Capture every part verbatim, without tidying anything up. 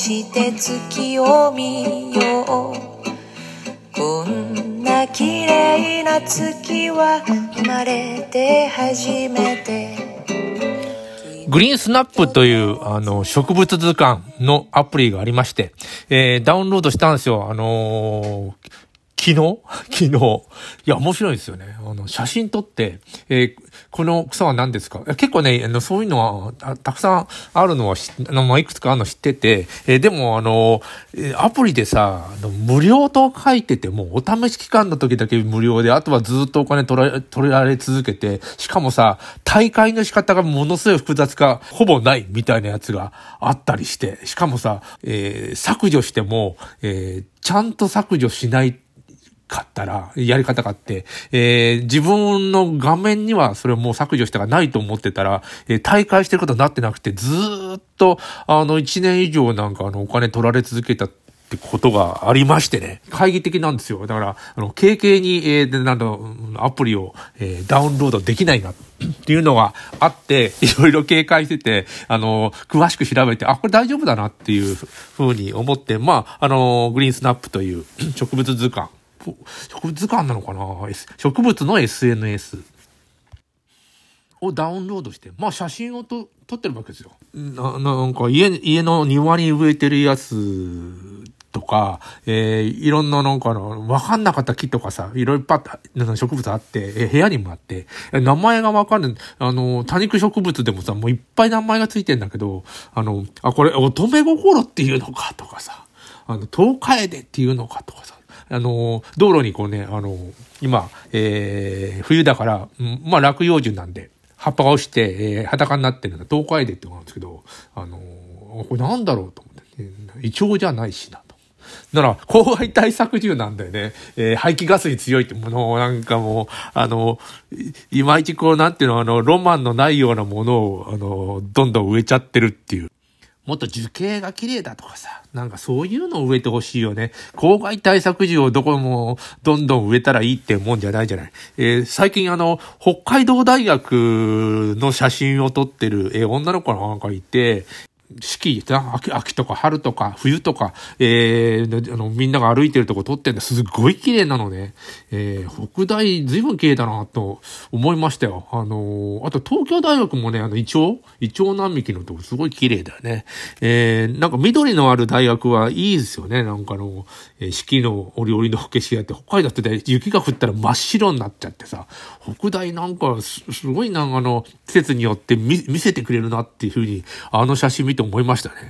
して月を見よう。こんな綺麗な月は生まれて初めて。 グリーンスナップというあの植物図鑑のアプリがありまして、えー、ダウンロードしたんですよ。あのー昨日昨日。いや、面白いですよね。あの、写真撮って、えー、この草は何ですか？結構ね、あの、そういうのは、た, たくさんあるのはし、あの、まあ、いくつかあるの知ってて、えー、でも、あの、アプリでさ、あの無料と書いてても、お試し期間の時だけ無料で、あとはずっとお金取られ、取られ続けて、しかもさ、大会の仕方がものすごい複雑か、ほぼないみたいなやつがあったりして、しかもさ、えー、削除しても、えー、ちゃんと削除しないかったら、やり方があって、えー、自分の画面にはそれをもう削除したがないと思ってたら、えー、大会してることになってなくて、ずーっと、あの、一年以上なんかあの、お金取られ続けたってことがありましてね。懐疑的なんですよ。だから、あの、軽々に、えー、なんだ、アプリを、えー、ダウンロードできないな。っていうのがあって、いろいろ警戒してて、あの、詳しく調べて、あ、これ大丈夫だなっていうふうに思って、まあ、あの、グリーンスナップという植物図鑑、植物図鑑なのかな、植物の エスエヌエス をダウンロードして、まあ写真をと撮ってるわけですよ。な、なんか家、家の庭に植えてるやつとか、えー、いろんななんかの、わかんなかった木とかさ、いろいろパッ、植物あって、えー、部屋にもあって、名前がわかんない。あの、多肉植物でもさ、もういっぱい名前がついてんだけど、あの、あ、これ、乙女心っていうのかとかさ、あの、東海でっていうのかとかさ、あの、道路にこうね、あの、今、えー、冬だから、まあ、落葉樹なんで、葉っぱが落ちて、えー、裸になってるのが東海でってのがあるんですけど、あの、これなんだろうと思って、ね、イチョウじゃないしなと。だから、公害対策獣なんだよね。えー、排気ガスに強いってものをなんかもう、あの、いまいちこう、なんていうの、あの、ロマンのないようなものを、あの、どんどん植えちゃってるっていう。もっと樹形が綺麗だとかさ、なんかそういうのを植えてほしいよね。公害対策樹をどこもどんどん植えたらいいってもんじゃないじゃない。えー、最近あの、北海道大学の写真を撮ってる、えー、女の子なんかいて、四季、秋、秋とか春とか冬とか、えー、あの、みんなが歩いてるとこ撮ってんだ。すごい綺麗なのね。えー、北大随分綺麗だなと思いましたよ。あのー、あと東京大学もね、あの、イチョウイチョウ並木のとこすごい綺麗だよね。えー、なんか緑のある大学はいいですよね。なんかの、えー、四季の折々のこけしやって、北海道ってね、雪が降ったら真っ白になっちゃってさ、北大なんかす、すごいなんかあの、季節によって見、見せてくれるなっていうふうに、あの写真見て思いましたね。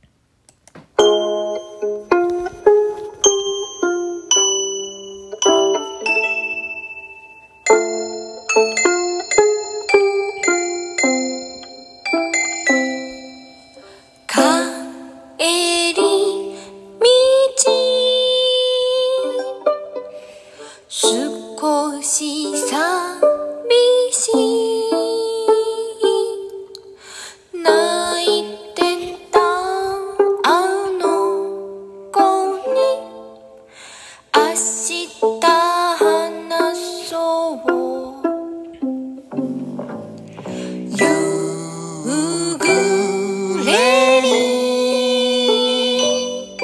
帰り道少し寂しい泣いてたあの子に明日話そう夕暮れに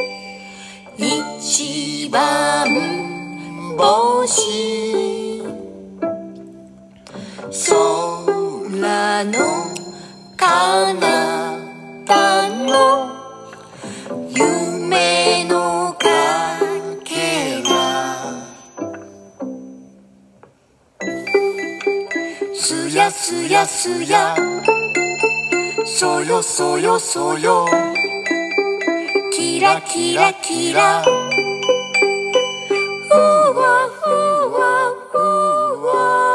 一番星空の彼方の夢のかけらすやすやすやそよそよそよキラキラキラふわふわふわ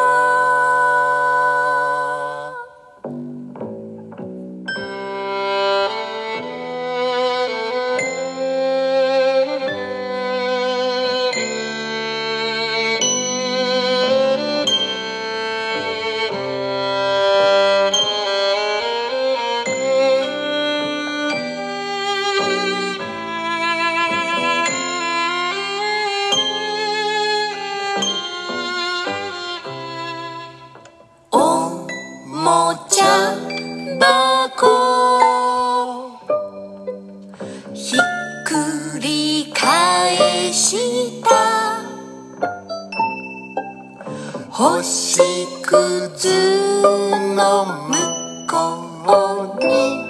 星屑の向こうに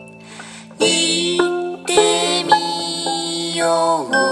行ってみよう。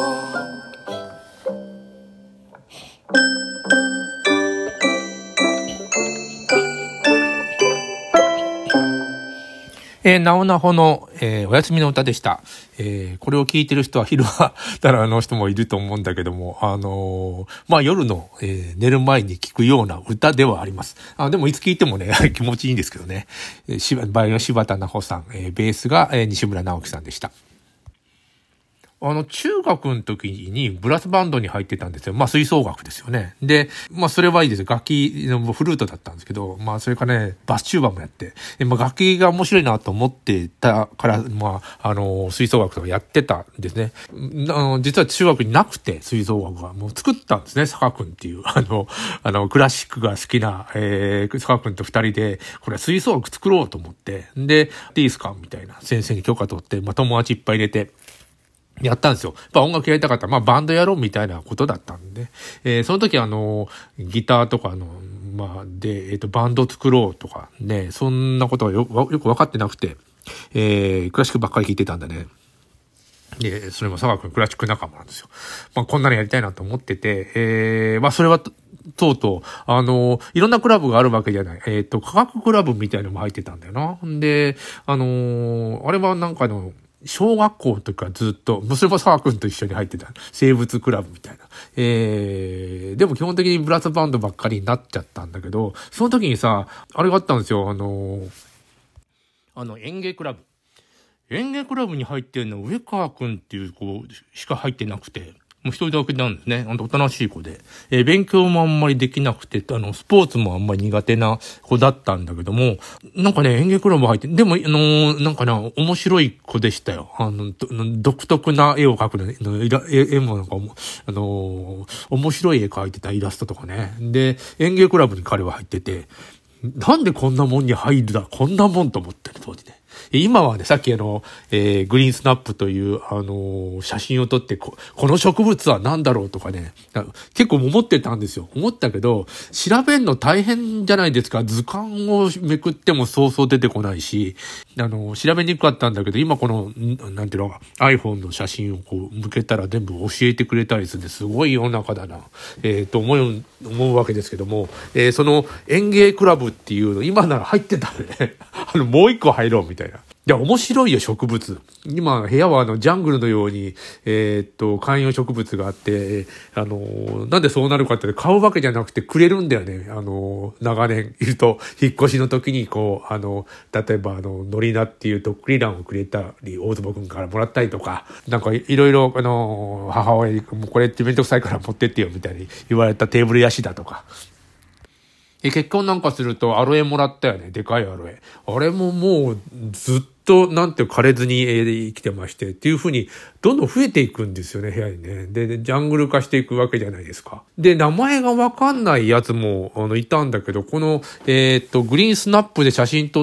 えー、なおなほの、えー、おやすみの歌でした。えー、これを聞いてる人は昼間だらの人もいると思うんだけども、あのー、まあ夜の、えー、寝る前に聞くような歌ではあります。あ、でもいつ聞いてもね、気持ちいいんですけどね。えー、しば、バイオリン柴田奈穂さん、えー、ベースが、えー、西村直樹さんでした。あの、中学の時にブラスバンドに入ってたんですよ。まあ、吹奏楽ですよね。で、まあ、それはいいですよ。楽器のフルートだったんですけど、まあ、それからね、バスチューバーもやって、でまあ、楽器が面白いなと思ってたから、まあ、あの、吹奏楽とかやってたんですね。あの実は中学になくて、吹奏楽はもう作ったんですね、坂君っていう。あの、あの、クラシックが好きな、えー、坂君と二人で、これは吹奏楽作ろうと思って、で、いいですかみたいな。先生に許可取って、まあ、友達いっぱい入れて、やったんですよ。やっぱ音楽やりたかったら、まあバンドやろうみたいなことだったんで、えー、その時あの、ギターとかの、まあ、で、えっと、バンド作ろうとかね、そんなことはよ、よく分かってなくて、えー、クラシックばっかり聴いてたんだね。で、それも佐賀君クラシック仲間なんですよ。まあこんなのやりたいなと思ってて、えー、まあそれは、とうとう、あの、いろんなクラブがあるわけじゃない。えっと、科学クラブみたいなのも入ってたんだよな。で、あのー、あれはなんかの、小学校とかずっと、それも沢君と一緒に入ってた生物クラブみたいな。えー、でも基本的にブラスバンドばっかりになっちゃったんだけど、その時にさ、あれがあったんですよ、あの、あの演芸クラブ。演芸クラブに入ってるの上川君っていう子しか入ってなくて、もう一人だけなんですね。ほんとおとなしい子で。えー、勉強もあんまりできなくて、あの、スポーツもあんまり苦手な子だったんだけども、なんかね、演劇クラブ入って、でも、あのー、なんかな、面白い子でしたよ。あの、独特な絵を描くの、イラ絵絵もなんか、あのー、面白い絵描いてたイラストとかね。で、演劇クラブに彼は入ってて、なんでこんなもんに入るだ、こんなもんと思ってる当時ね。今はね、さっきあの、えー、グリーンスナップという、あのー、写真を撮ってこ、この植物は何だろうとかね、結構思ってたんですよ。思ったけど、調べるの大変じゃないですか。図鑑をめくってもそうそう出てこないし、あのー、調べにくかったんだけど、今この、なんていうの、iPhone の写真をこう、向けたら全部教えてくれたりするんで、すごい世の中だな、えー、と思う、思うわけですけども、えー、その園芸クラブっていうの、今なら入ってたらね、あの、もう一個入ろうみたいな。いや、面白いよ、植物。今、部屋はあの、ジャングルのように、えー、っと、観葉植物があって、あの、なんでそうなるかって買うわけじゃなくてくれるんだよね。あの、長年いると、引っ越しの時に、こう、あの、例えば、あの、ノリナっていうとっくり欄をくれたり、大坪くんからもらったりとか、なんかいろいろ、あの、母親に、もうこれってめんどくさいから持ってってよ、みたいに言われたテーブルヤシだとか。え、結婚なんかするとアロエもらったよね。でかいアロエ。あれももうずっとなんて枯れずに生きてましてっていう風にどんどん増えていくんですよね、部屋にね。で、でジャングル化していくわけじゃないですか。で、名前がわかんないやつもあのいたんだけど、この、えー、っと、グリーンスナップで写真撮って、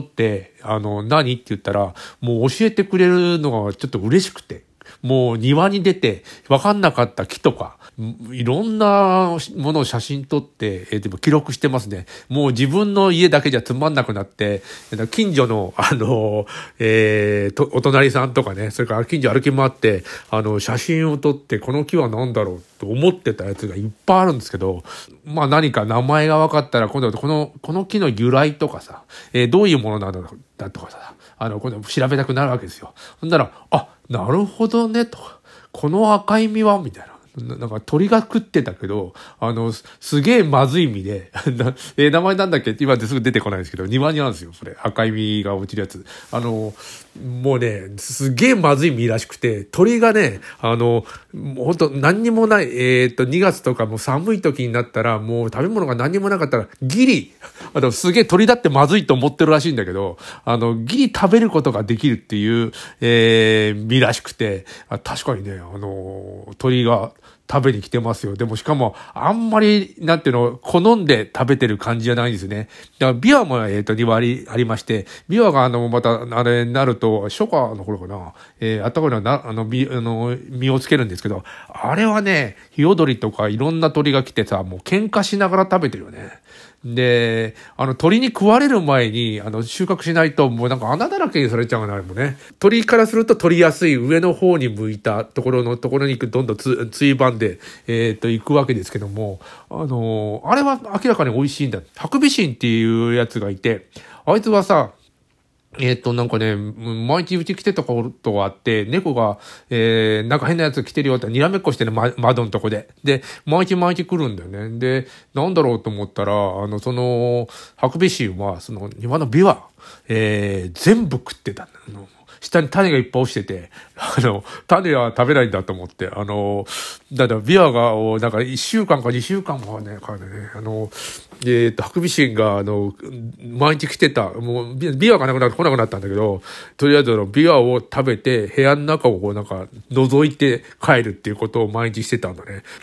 あの、何って言ったら、もう教えてくれるのがちょっと嬉しくて。もう庭に出て分かんなかった木とか、いろんなものを写真撮って、えー、でも記録してますね。もう自分の家だけじゃつまんなくなって、近所の、あの、えー、と、お隣さんとかね、それから近所歩き回って、あの、写真を撮って、この木は何だろうと思ってたやつがいっぱいあるんですけど、まあ何か名前が分かったら、今度はこの、この木の由来とかさ、えー、どういうものなんだとかさ、あの、今度調べたくなるわけですよ。ほんなら、あ、なるほどね、と。この赤い実はみたいな。なんか鳥が食ってたけど、あの、すげえまずい実で、えー、名前なんだっけって今ですぐ出てこないんですけど、庭にあるんですよ、それ。赤い実が落ちるやつ。あの、もうね、すげえまずい実らしくて、鳥がね、あの、ほんと何にもない、えー、っと、にがつとかもう寒い時になったら、もう食べ物が何にもなかったら、ギリ、あの、すげえ鳥だってまずいと思ってるらしいんだけど、あの、ギリ食べることができるっていう、えー、実らしくて、あ、確かにね、あの、鳥が、 食べに来てますよ。でもしかも、あんまり、なんていうの、好んで食べてる感じじゃないんですね。だからビワも、えっと、に割ありまして、ビワがあの、また、あれになると、初夏の頃かな、えー、あったかいのはな、あの、実、あの、実をつけるんですけど、あれはね、ヒヨドリとかいろんな鳥が来てさ、もう喧嘩しながら食べてるよね。で、あの、鳥に食われる前に、あの、収穫しないと、もうなんか穴だらけにされちゃうのあれもね。鳥からすると取りやすい上の方に向いたところのところにどんどんつ、ついばんで、えっと、行くわけですけども、あの、あれは明らかに美味しいんだ。ハクビシンっていうやつがいて、あいつはさ、えっと、なんかね、毎日うち来てたことがあって、猫が、えー、なんか変なやつ来てるよって、にらめっこしてる、ま、窓のとこで。で、毎日毎日来るんだよね。で、なんだろうと思ったら、あの、その、ハクビシンは、その、庭のビワ、えー、全部食ってたの。下に種がいっぱい落ちてて、あの、種は食べないんだと思って、あの、だからビワが、なんかいっしゅうかんかにしゅうかんもね、からね、あの、えっと、ハクビシンが、あの、毎日来てた、もう、ビワがなくなって来なくなったんだけど、とりあえずあの、ビワを食べて、部屋の中をこうなんか、覗いて帰るっていうことを毎日してたんだね。